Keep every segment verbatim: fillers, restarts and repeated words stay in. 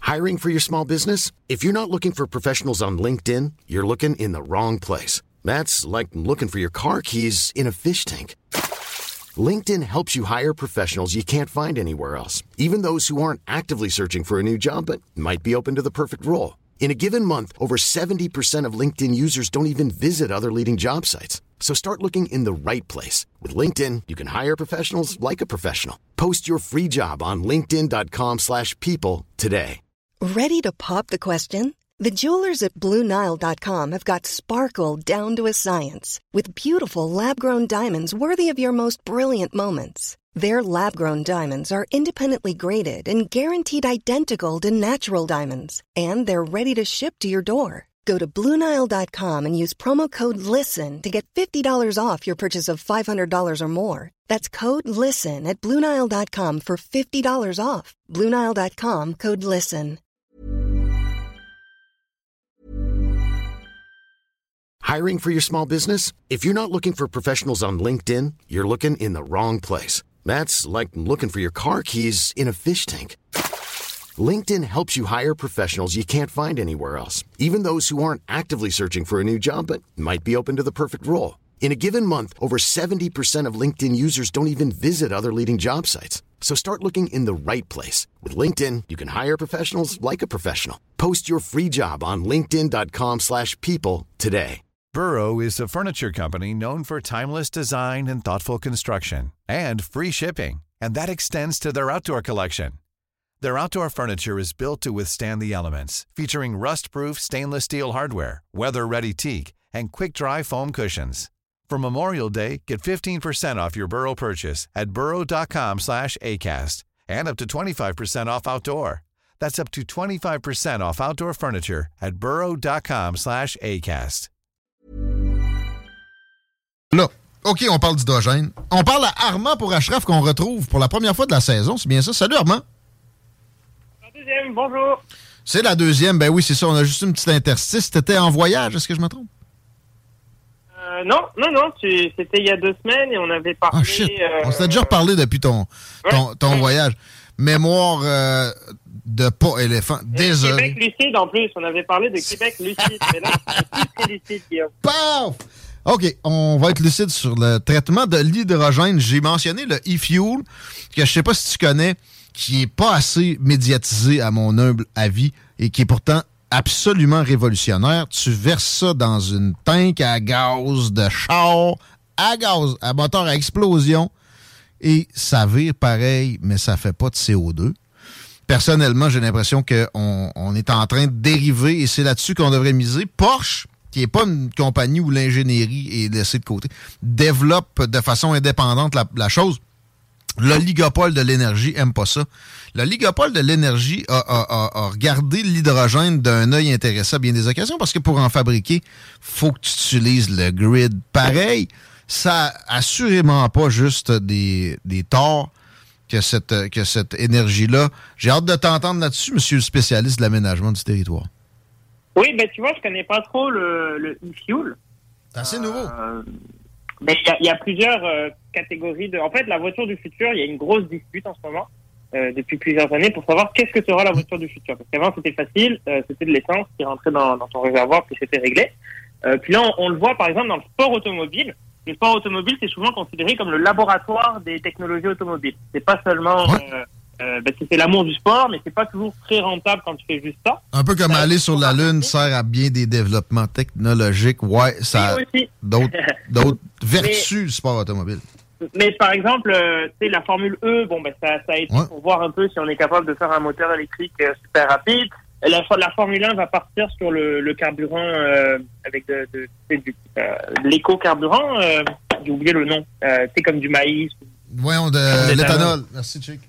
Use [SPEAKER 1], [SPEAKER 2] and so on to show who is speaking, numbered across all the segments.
[SPEAKER 1] Hiring for your small business? If you're not looking for professionals on LinkedIn, you're looking in the wrong place. That's like looking for your car keys in a fish tank. LinkedIn helps you hire professionals you can't find anywhere else, even those who aren't actively searching for a new job but might be open to the perfect role. In a given month, over seventy percent of LinkedIn users don't even visit other leading job sites. So start looking in the right place. With LinkedIn, you can hire professionals like a professional. Post your free job on linkedin.com slash people today.
[SPEAKER 2] Ready to pop the question? The jewelers at Blue Nile dot com have got sparkle down to a science with beautiful lab-grown diamonds worthy of your most brilliant moments. Their lab-grown diamonds are independently graded and guaranteed identical to natural diamonds, and they're ready to ship to your door. Go to Blue Nile dot com and use promo code LISTEN to get fifty dollars off your purchase of five hundred dollars or more. That's code LISTEN at Blue Nile dot com for fifty dollars off. Blue Nile dot com, code LISTEN.
[SPEAKER 1] Hiring for your small business? If you're not looking for professionals on LinkedIn, you're looking in the wrong place. That's like looking for your car keys in a fish tank. LinkedIn helps you hire professionals you can't find anywhere else, even those who aren't actively searching for a new job but might be open to the perfect role. In a given month, over seventy percent of LinkedIn users don't even visit other leading job sites. So start looking in the right place. With LinkedIn, you can hire professionals like a professional. Post your free job on linkedin.com slash people today.
[SPEAKER 3] Burrow is a furniture company known for timeless design and thoughtful construction, and free shipping, and that extends to their outdoor collection. Their outdoor furniture is built to withstand the elements, featuring rust-proof stainless steel hardware, weather-ready teak, and quick-dry foam cushions. For Memorial Day, get fifteen percent off your Burrow purchase at burrow.com slash ACAST and up to twenty-five percent off outdoor. That's up to twenty-five percent off outdoor furniture at burrow.com slash ACAST.
[SPEAKER 4] Là, OK, on parle d'hydrogène. On parle à Armand pour Ashraf qu'on retrouve pour la première fois de la saison. C'est bien ça? Salut Armand.
[SPEAKER 5] La deuxième, bonjour.
[SPEAKER 4] C'est la deuxième, ben oui, c'est ça. On a juste une petite interstice. T'étais en voyage, est-ce que je me trompe?
[SPEAKER 5] Euh, non, non, non. Tu, c'était il y a deux semaines et on avait parlé...
[SPEAKER 4] Ah, shit.
[SPEAKER 5] Euh,
[SPEAKER 4] on s'était déjà reparlé depuis ton, ton,
[SPEAKER 5] ouais.
[SPEAKER 4] ton voyage. Mémoire euh, de pas éléphant. Désolé.
[SPEAKER 5] Québec lucide en plus. On avait parlé de Québec lucide. Mais là, c'est plus très lucide, Guillaume.
[SPEAKER 4] Paf! OK, on va être lucide sur le traitement de l'hydrogène. J'ai mentionné le e-fuel, que je sais pas si tu connais, qui est pas assez médiatisé à mon humble avis et qui est pourtant absolument révolutionnaire. Tu verses ça dans une tank à gaz de char, à gaz, à moteur à explosion, et ça vire pareil, mais ça fait pas de C O deux. Personnellement, j'ai l'impression qu'on on est en train de dériver, et c'est là-dessus qu'on devrait miser. Porsche, qui n'est pas une compagnie où l'ingénierie est laissée de côté, développe de façon indépendante la, la chose. L'oligopole de l'énergie aime pas ça. L'oligopole de l'énergie a, a, a, a regardé l'hydrogène d'un œil intéressé à bien des occasions, parce que pour en fabriquer, faut que tu utilises le grid. Pareil, ça a assurément pas juste des, des torts que cette, que cette énergie-là. J'ai hâte de t'entendre là-dessus, monsieur le spécialiste de l'aménagement du territoire.
[SPEAKER 5] Oui, ben tu vois, je connais pas trop le, le e-fuel.
[SPEAKER 4] C'est assez nouveau.
[SPEAKER 5] Euh, ben il y a, y a plusieurs euh, catégories de. En fait, la voiture du futur, il y a une grosse dispute en ce moment euh, depuis plusieurs années pour savoir qu'est-ce que sera la voiture du futur. Parce qu'avant c'était facile, euh, c'était de l'essence qui rentrait dans, dans ton réservoir puis c'était réglé. Euh, puis là, on, on le voit par exemple dans le sport automobile. Le sport automobile, c'est souvent considéré comme le laboratoire des technologies automobiles. C'est pas seulement.
[SPEAKER 4] Ouais.
[SPEAKER 5] Euh, Euh, ben, c'est l'amour du sport, mais c'est pas toujours très rentable quand tu fais juste ça.
[SPEAKER 4] Un peu comme
[SPEAKER 5] ça
[SPEAKER 4] aller sur la Lune sert à bien des développements technologiques. Ouais, ça a d'autres, d'autres vertus du sport automobile.
[SPEAKER 5] Mais par exemple, euh, tu sais, la Formule E, bon, ben, ça, ça a été ouais. pour voir un peu si on est capable de faire un moteur électrique euh, super rapide. La, la Formule un va partir sur le, le carburant euh, avec de, de, de, du, euh, l'éco-carburant. Euh, j'ai oublié le nom. Euh, c'est comme du maïs.
[SPEAKER 4] Ouais, on de, l'éthanol. Merci, Chick.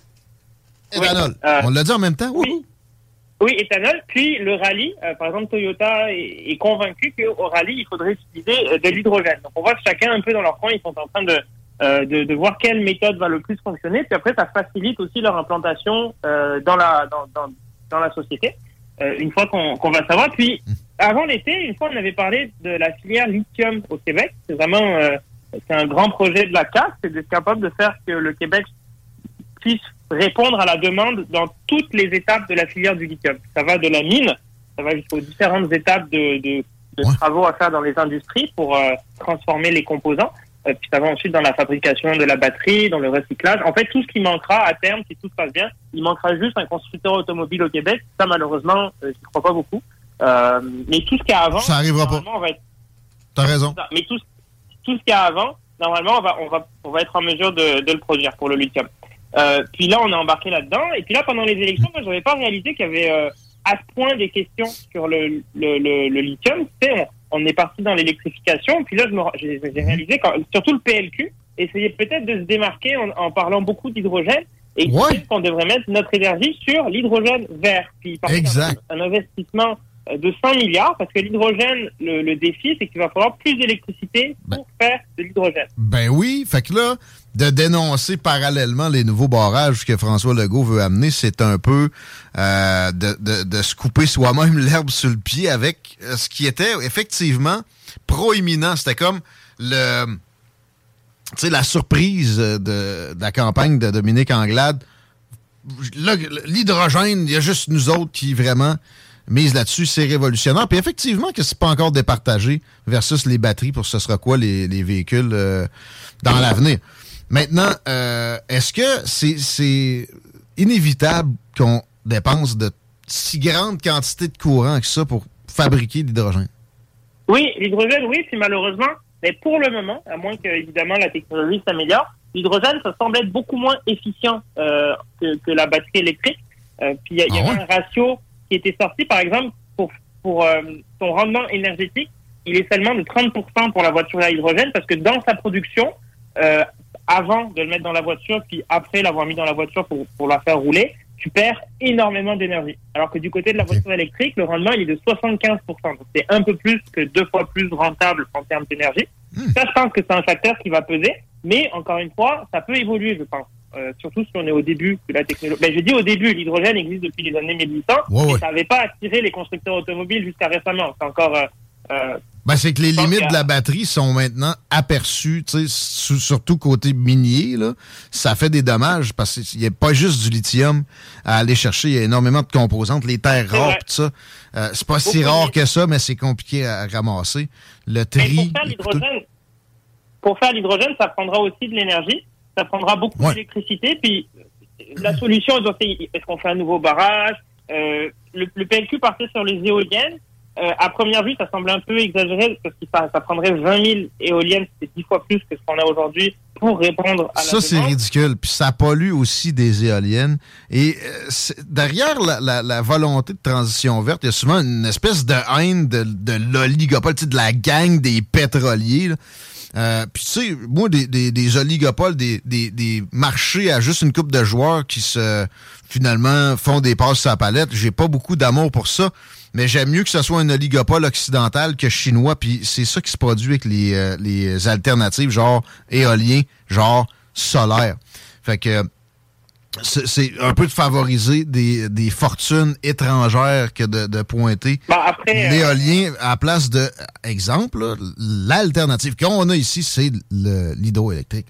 [SPEAKER 4] Éthanol. Oui, euh, on l'a dit en même temps?
[SPEAKER 5] Oui, oui éthanol. Puis le rallye, euh, par exemple, Toyota est, est convaincu qu'au rallye, il faudrait utiliser euh, de l'hydrogène. Donc on voit que chacun un peu dans leur coin, ils sont en train de, euh, de, de voir quelle méthode va le plus fonctionner. Puis après, ça facilite aussi leur implantation euh, dans, la, dans, dans, dans la société, euh, une fois qu'on, qu'on va savoir. Puis avant l'été, une fois, on avait parlé de la filière lithium au Québec. C'est vraiment euh, c'est un grand projet de la C A Q, c'est d'être capable de faire que le Québec puisse répondre à la demande dans toutes les étapes de la filière du lithium. Ça va de la mine, ça va jusqu'aux différentes étapes de, de, de ouais. travaux à faire dans les industries pour euh, transformer les composants. Euh, puis ça va ensuite dans la fabrication de la batterie, dans le recyclage. En fait, tout ce qui manquera à terme, si tout se passe bien, il manquera juste un constructeur automobile au Québec. Ça, malheureusement, euh, je ne crois pas beaucoup. Euh, mais tout ce qu'il y a avant...
[SPEAKER 4] Ça arrivera pas.
[SPEAKER 5] On va être...
[SPEAKER 4] T'as raison.
[SPEAKER 5] Mais tout, tout ce qu'il y a avant, normalement, on va, on va, on va être en mesure de, de le produire pour le lithium. Euh, puis là, on est embarqué là-dedans. Et puis là, pendant les élections, moi, je n'avais pas réalisé qu'il y avait euh, à ce point des questions sur le, le, le, le lithium. Tu sais, on, on est parti dans l'électrification. Puis là, je me, j'ai, j'ai réalisé, quand, surtout le P L Q, essayait peut-être de se démarquer en, en parlant beaucoup d'hydrogène. Et
[SPEAKER 4] ouais.
[SPEAKER 5] qu'on devrait mettre notre énergie sur l'hydrogène vert. Puis par
[SPEAKER 4] exact.
[SPEAKER 5] Un, un investissement de cent milliards, parce que l'hydrogène, le, le défi, c'est qu'il va falloir plus d'électricité pour ben, faire de l'hydrogène.
[SPEAKER 4] Ben oui, fait que là, de dénoncer parallèlement les nouveaux barrages que François Legault veut amener, c'est un peu euh, de, de, de se couper soi-même l'herbe sur le pied avec ce qui était effectivement proéminent. C'était comme le, tu sais, la surprise de, de la campagne de Dominique Anglade. Là, l'hydrogène, il y a juste nous autres qui vraiment mise là-dessus, c'est révolutionnaire. Puis effectivement que c'est pas encore départagé versus les batteries pour ce sera quoi les, les véhicules euh, dans l'avenir. Maintenant, euh, est-ce que c'est, c'est inévitable qu'on dépense de si grandes quantités de courant que ça pour fabriquer l'hydrogène?
[SPEAKER 5] Oui, l'hydrogène, oui, c'est malheureusement, mais pour le moment, à moins que évidemment la technologie s'améliore, l'hydrogène, ça semble être beaucoup moins efficient euh, que, que la batterie électrique. Euh, puis il y, y ah avait ouais? un ratio qui était sorti, par exemple, pour, pour euh, son rendement énergétique, il est seulement de trente pour cent pour la voiture à hydrogène, parce que dans sa production, euh, avant de le mettre dans la voiture, puis après l'avoir mis dans la voiture pour, pour la faire rouler, tu perds énormément d'énergie. Alors que du côté de la voiture électrique, le rendement, il est de soixante-quinze pour cent. Donc c'est un peu plus que deux fois plus rentable en termes d'énergie. Mmh. Ça, je pense que c'est un facteur qui va peser, mais encore une fois, ça peut évoluer, je pense. Euh, surtout si on est au début de la technologie. Ben, je dis au début, l'hydrogène existe depuis les années mille huit cents, ouais, mais ouais. ça n'avait pas attiré les constructeurs automobiles jusqu'à récemment. C'est encore... Euh, euh,
[SPEAKER 4] ben, c'est que les limites a... de la batterie sont maintenant aperçues, tu sais, surtout côté minier, là. Ça fait des dommages parce qu'il n'y a pas juste du lithium à aller chercher. Il y a énormément de composantes, les terres rares, tout ça. Euh, c'est pas Beaucoup si rare que ça, mais c'est compliqué à ramasser. Le tri...
[SPEAKER 5] Mais pour faire l'hydrogène, pour faire l'hydrogène, ça prendra aussi de l'énergie. Ça prendra beaucoup ouais. d'électricité. Puis la solution, est-ce qu'on fait un nouveau barrage? euh, le, le P L Q partait sur les éoliennes. Euh, à première vue, ça semble un peu exagéré parce que ça, ça prendrait vingt mille éoliennes, c'est dix fois plus que ce qu'on a aujourd'hui pour répondre à la
[SPEAKER 4] Ça, c'est ridicule. Puis ça pollue aussi des éoliennes. Et euh, derrière la, la, la volonté de transition verte, il y a souvent une espèce de haine de, de l'oligopole, tu sais, de la gang des pétroliers, là. Euh, puis tu sais, moi, des, des, des oligopoles, des, des, des marchés à juste une couple de joueurs qui se finalement font des passes sur la palette, j'ai pas beaucoup d'amour pour ça, mais j'aime mieux que ce soit un oligopole occidental que chinois, puis c'est ça qui se produit avec les, euh, les alternatives, genre éolien, genre solaire. Fait que c'est, c'est un peu de favoriser des, des fortunes étrangères que de, de pointer
[SPEAKER 5] bah après,
[SPEAKER 4] l'éolien à la place de, exemple, là, l'alternative qu'on a ici, c'est le, l'hydroélectrique.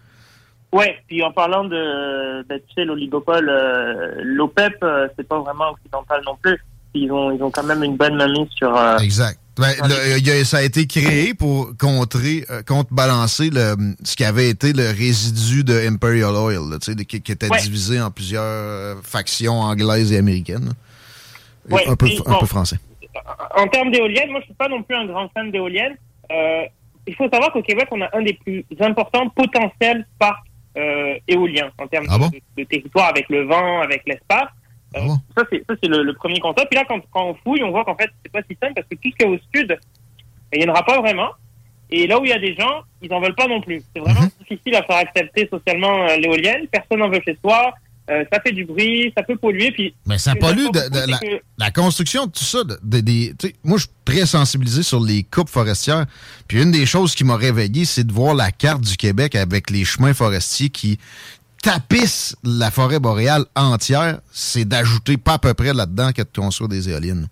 [SPEAKER 5] Oui, puis en parlant de, de tu sais, l'oligopole, euh, l'OPEP, euh, c'est pas vraiment occidental non plus. Ils ont, ils ont quand même une bonne mainmise sur... Euh,
[SPEAKER 4] exact. Ben, le, y a, ça a été créé pour contrer, euh, contrebalancer le, ce qui avait été le résidu de Imperial Oil, là, qui, qui était ouais. divisé en plusieurs euh, factions anglaises et américaines.
[SPEAKER 5] Ouais,
[SPEAKER 4] un peu,
[SPEAKER 5] puis,
[SPEAKER 4] un
[SPEAKER 5] bon,
[SPEAKER 4] peu français.
[SPEAKER 5] En termes d'éoliennes, moi je suis pas non plus un grand fan d'éoliennes. Euh, il faut savoir qu'au Québec, on a un des plus importants potentiels parcs euh, éoliens en termes ah bon? de, de territoire, avec le vent, avec l'espace. Euh, ah bon? Ça, c'est, ça, c'est le, le premier constat. Puis là, quand, quand on fouille, on voit qu'en fait, c'est pas si simple parce que tout ce qui est au sud, il n'y en aura pas vraiment. Et là où il y a des gens, ils n'en veulent pas non plus. C'est vraiment mm-hmm. difficile à faire accepter socialement euh, l'éolienne. Personne n'en veut chez soi. Euh, ça fait du bruit, ça peut polluer. Puis
[SPEAKER 4] mais ça pollue de, de, de la, que... la construction de tout ça. De, de, de, de, moi, je suis très sensibilisé sur les coupes forestières. Puis une des choses qui m'a réveillé, c'est de voir la carte du Québec avec les chemins forestiers qui tapissent la forêt boréale entière. C'est d'ajouter pas à peu près là-dedans que de construire des éoliennes.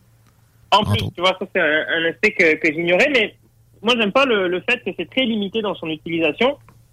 [SPEAKER 5] En plus, tu vois, ça c'est un, un aspect que, que j'ignorais, mais moi j'aime pas le, le fait que c'est très limité dans son utilisation.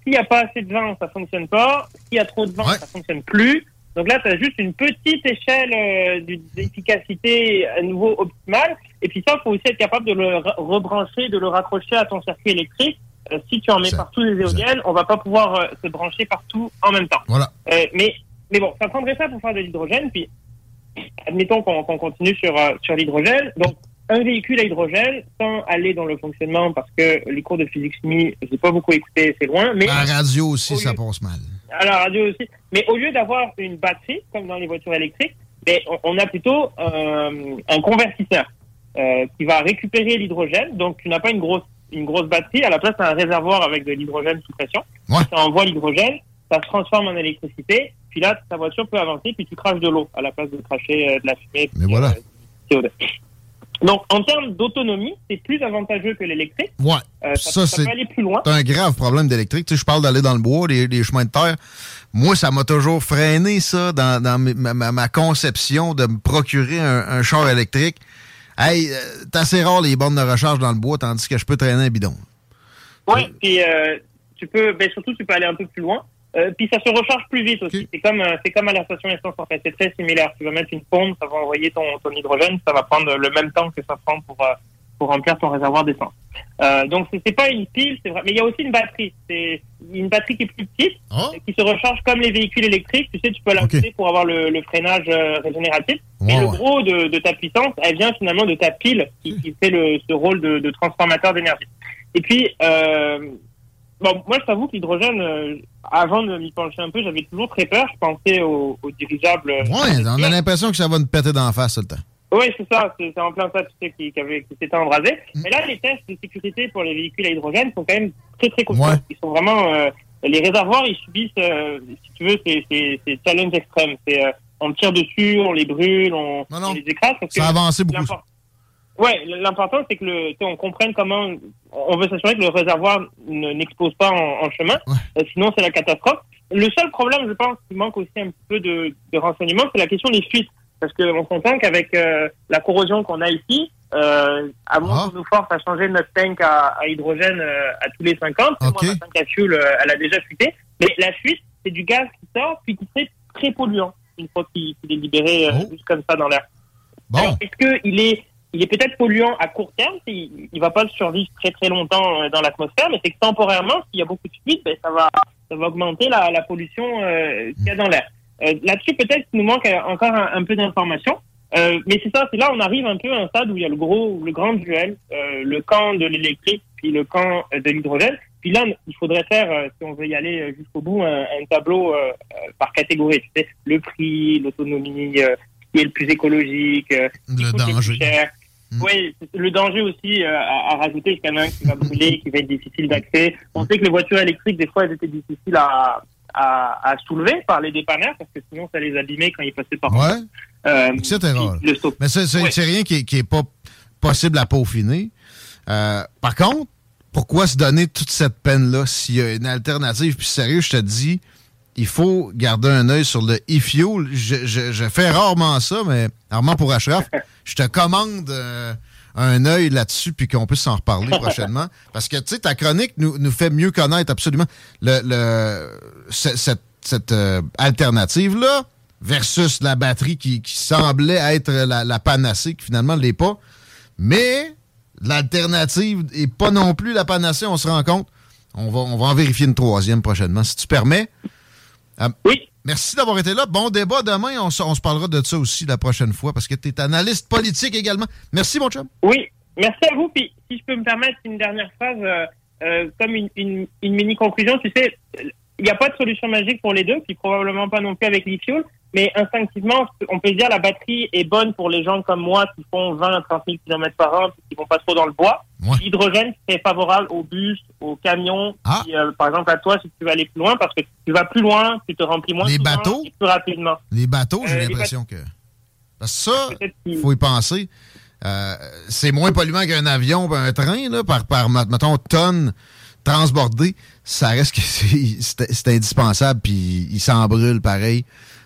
[SPEAKER 5] s'il n'y a pas assez de vent, ça fonctionne pas. S'il y a trop de vent,
[SPEAKER 4] ouais.
[SPEAKER 5] ça fonctionne plus. Donc là, tu as juste une petite échelle euh, d'efficacité à nouveau optimale. Et puis ça, il faut aussi être capable de le re- rebrancher, de le raccrocher à ton circuit électrique. Euh, si tu en mets
[SPEAKER 4] ça,
[SPEAKER 5] partout les éoliennes, on va pas pouvoir euh, se brancher partout en même temps.
[SPEAKER 4] Voilà.
[SPEAKER 5] Euh, mais, mais bon, ça prendrait ça pour faire de l'hydrogène. Puis, admettons qu'on, qu'on continue sur, euh, sur l'hydrogène. Donc, un véhicule à hydrogène, sans aller dans le fonctionnement, parce que les cours de physique-chimie, je n'ai pas beaucoup écouté, c'est loin. Mais
[SPEAKER 4] à la radio aussi,
[SPEAKER 5] lieu,
[SPEAKER 4] ça passe mal.
[SPEAKER 5] À la radio aussi. Mais au lieu d'avoir une batterie, comme dans les voitures électriques, ben, on, on a plutôt euh, un convertisseur euh, qui va récupérer l'hydrogène. Donc, tu n'as pas une grosse, une grosse batterie. À la place, tu as un réservoir avec de l'hydrogène sous pression.
[SPEAKER 4] Ouais.
[SPEAKER 5] Ça envoie l'hydrogène, ça se transforme en électricité. Puis là, ta voiture peut avancer, puis tu craches de l'eau à la place de cracher euh, de la fumée.
[SPEAKER 4] Mais voilà.
[SPEAKER 5] Euh, C O deux. Donc, en termes d'autonomie, c'est plus avantageux que l'électrique.
[SPEAKER 4] Ouais.
[SPEAKER 5] Euh, ça,
[SPEAKER 4] ça,
[SPEAKER 5] ça
[SPEAKER 4] c'est
[SPEAKER 5] peut aller plus loin.
[SPEAKER 4] c'est un grave problème d'électrique. Tu sais, je parle d'aller dans le bois, les, les chemins de terre. Moi, ça m'a toujours freiné, ça, dans, dans ma, ma, ma conception de me procurer un, un char électrique. Hey, c'est assez rare les bornes de recharge dans le bois, tandis que je peux traîner un bidon.
[SPEAKER 5] Oui, puis euh, tu peux, ben surtout, tu peux aller un peu plus loin. Euh, puis ça se recharge plus vite aussi. Okay. C'est comme euh, c'est comme à la station essence en fait. C'est très similaire. Tu vas mettre une pompe, ça va envoyer ton, ton hydrogène, ça va prendre le même temps que ça prend pour euh, pour remplir ton réservoir d'essence. Euh, donc c'est, c'est pas une pile, c'est vrai. Mais il y a aussi une batterie. C'est une batterie qui est plus petite, oh. qui se recharge comme les véhicules électriques. Tu sais, tu peux l'ajouter okay. pour avoir le, le freinage euh, régénératif. Wow. Mais le gros de, de ta puissance, elle vient finalement de ta pile qui, qui fait le, ce rôle de, de transformateur d'énergie. Et puis euh, bon, moi, je t'avoue que l'hydrogène, euh, avant de m'y pencher un peu, j'avais toujours très peur. Je pensais aux, aux dirigeables. Euh,
[SPEAKER 4] ouais, on a l'impression que ça va nous péter d'en face tout le temps.
[SPEAKER 5] Oui, c'est ça. C'est, c'est en plein ça, tu sais, qui, qui, avait, qui s'était embrasé. Mm. Mais là, les tests de sécurité pour les véhicules à hydrogène sont quand même très, très costauds. Ouais. Ils sont vraiment... Euh, les réservoirs, ils subissent, euh, si tu veux, c'est, c'est, c'est challenge extrême. C'est, euh, on tire dessus, on les brûle, on,
[SPEAKER 4] non, non.
[SPEAKER 5] on les écrase. Parce
[SPEAKER 4] ça a avancé beaucoup.
[SPEAKER 5] L'import- Ouais, l'important, c'est que le, tu sais, on comprenne comment, on veut s'assurer que le réservoir ne, n'explose pas en, en chemin. Ouais. Euh, sinon, c'est la catastrophe. Le seul problème, je pense, qui manque aussi un petit peu de, de renseignements, c'est la question des fuites. Parce qu'on s'entend qu'avec euh, la corrosion qu'on a ici, euh, à moins ah. qu'on nous force à changer notre tank à, à hydrogène euh, à tous les cinquante, okay. moi, ma tank à fuel, euh, elle a déjà fuité. Mais la fuite, c'est du gaz qui sort, puis qui serait très polluant, une fois qu'il, qu'il est libéré euh, oh. juste comme ça dans l'air. Bon. Alors, est-ce qu'il est... Il est peut-être polluant à court terme, il ne va pas survivre très très longtemps dans l'atmosphère, mais c'est que temporairement, s'il y a beaucoup de fuite, ben, ça va ça va augmenter la, la pollution euh, qu'il y a dans l'air. Euh, là-dessus, peut-être qu'il nous manque encore un, un peu d'informations, euh, mais c'est ça, c'est là on arrive un peu à un stade où il y a le gros, le grand duel, euh, le camp de l'électrique, puis le camp de l'hydrogène. Puis là, il faudrait faire, euh, si on veut y aller jusqu'au bout, un, un tableau euh, par catégorie. Tu sais, le prix, l'autonomie, euh, qui est le plus écologique, euh,
[SPEAKER 4] le danger.
[SPEAKER 5] Le plus cher. Mmh. Oui, le danger aussi euh, à, à rajouter, qu'il y en a un qui va brûler, qui va être difficile d'accès. On sait que les voitures électriques, des fois, elles étaient difficiles à, à, à soulever par les dépanneurs, parce que sinon, ça les abîmait quand ils passaient par
[SPEAKER 4] ouais.
[SPEAKER 5] euh,
[SPEAKER 4] et cetera. Mais c'est, c'est, ouais. c'est rien qui, qui est pas possible à peaufiner. Euh, par contre, pourquoi se donner toute cette peine-là s'il y a une alternative? Puis sérieux, je te dis, il faut garder un œil sur le e-fuel. Je, je, je fais rarement ça, mais rarement pour Ashraf. Je te commande euh, un œil là-dessus puis qu'on puisse s'en reparler prochainement. Parce que, tu sais, ta chronique nous, nous fait mieux connaître absolument le, le, cette, cette euh, alternative-là versus la batterie qui, qui semblait être la, la panacée, qui finalement ne l'est pas. Mais l'alternative n'est pas non plus la panacée, on se rend compte. On va, on va en vérifier une troisième prochainement, si tu permets. Euh,
[SPEAKER 5] oui.
[SPEAKER 4] Merci d'avoir été là. Bon débat demain. On, on se parlera de ça aussi la prochaine fois parce que tu es analyste politique également. Merci, mon chum.
[SPEAKER 5] Oui, merci à vous. Puis, si je peux me permettre une dernière phrase, euh, euh, comme une, une, une mini-conclusion, tu sais, il n'y a pas de solution magique pour les deux, puis probablement pas non plus avec l'e-fuel, mais instinctivement, on peut se dire la batterie est bonne pour les gens comme moi qui font vingt à trente mille kilomètres par an, qui vont pas trop dans le bois. Ouais. L'hydrogène, c'est favorable aux bus, aux camions, ah. puis, euh, par exemple à toi si tu veux aller plus loin, parce que tu vas plus loin, tu te remplis moins
[SPEAKER 4] les
[SPEAKER 5] souvent,
[SPEAKER 4] bateaux,
[SPEAKER 5] et plus rapidement.
[SPEAKER 4] Les bateaux, j'ai euh, l'impression bat- que... Parce que ça, il faut y penser. Euh, c'est moins polluant qu'un avion, un train, là, par, par mettons, tonnes transbordées. Ça reste que c'est, c'est, c'est indispensable, puis il s'en brûle pareil.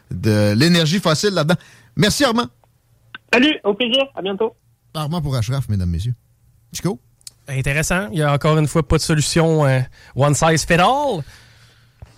[SPEAKER 4] De l'énergie fossile là-dedans. Merci, Armand.
[SPEAKER 5] Salut, au plaisir, à bientôt.
[SPEAKER 4] Armand pour Ashraf, mesdames, messieurs. Chico?
[SPEAKER 6] Intéressant. Il y a encore une fois pas de solution euh, one size fit all.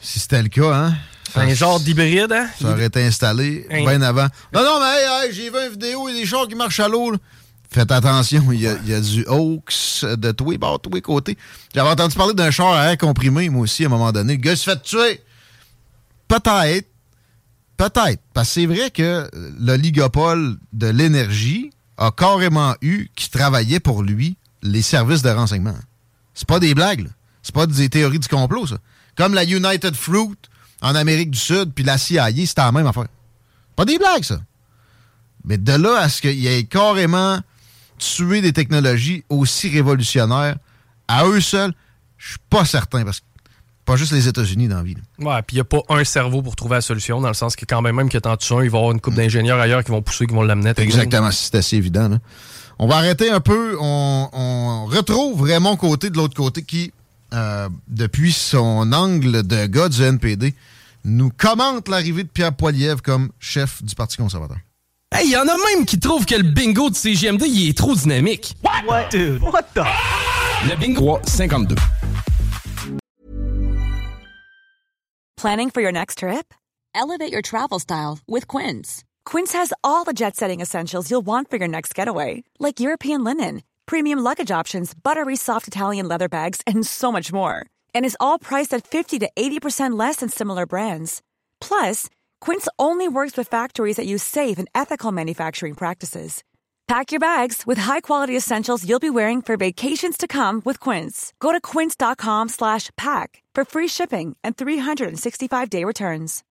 [SPEAKER 4] Si c'était le cas, hein?
[SPEAKER 6] Ça, un genre d'hybride, hein?
[SPEAKER 4] Ça aurait été installé hein? bien avant. Non, non, mais hey, hey, j'ai vu une vidéo, il y a des chars qui marchent à l'eau, là. Faites attention, il y a, il y a du hoax de tous les bords, tous les côtés. J'avais entendu parler d'un char à air comprimé, moi aussi, à un moment donné. Le gars se fait tuer. Peut-être. Peut-être. Parce que c'est vrai que l'oligopole de l'énergie a carrément eu qui travaillait pour lui les services de renseignement. C'est pas des blagues, là. C'est pas des théories du complot, ça. Comme la United Fruit en Amérique du Sud, puis la C I A, c'était la même affaire. Pas des blagues, ça. Mais de là à ce qu'il ait carrément tué des technologies aussi révolutionnaires à eux seuls, je suis pas certain, parce que pas juste les États-Unis dans la vie. Là.
[SPEAKER 6] Ouais, puis il n'y a pas un cerveau pour trouver la solution, dans le sens que quand même, même que t'en tues un, il va y avoir une couple d'ingénieurs ailleurs qui vont pousser, qui vont l'amener.
[SPEAKER 4] Exactement, c'est assez évident. Là. On va arrêter un peu. On, on retrouve Raymond Côté de l'autre côté qui, euh, depuis son angle de gars du N P D, nous commente l'arrivée de Pierre Poilievre comme chef du Parti conservateur.
[SPEAKER 6] Hey, il y en a même qui trouvent que le bingo de C G M D, il est trop dynamique.
[SPEAKER 7] What? What? Dude, what the?
[SPEAKER 6] Le bingo trois cinquante-deux.
[SPEAKER 8] Planning for your next trip? Elevate your travel style with Quince. Quince has all the jet-setting essentials you'll want for your next getaway, like European linen, premium luggage options, buttery soft Italian leather bags, and so much more. And is all priced at fifty to eighty percent less than similar brands. Plus, Quince only works with factories that use safe and ethical manufacturing practices. Pack your bags with high-quality essentials you'll be wearing for vacations to come with Quince. Go to quince.com slash pack for free shipping and three sixty-five day returns.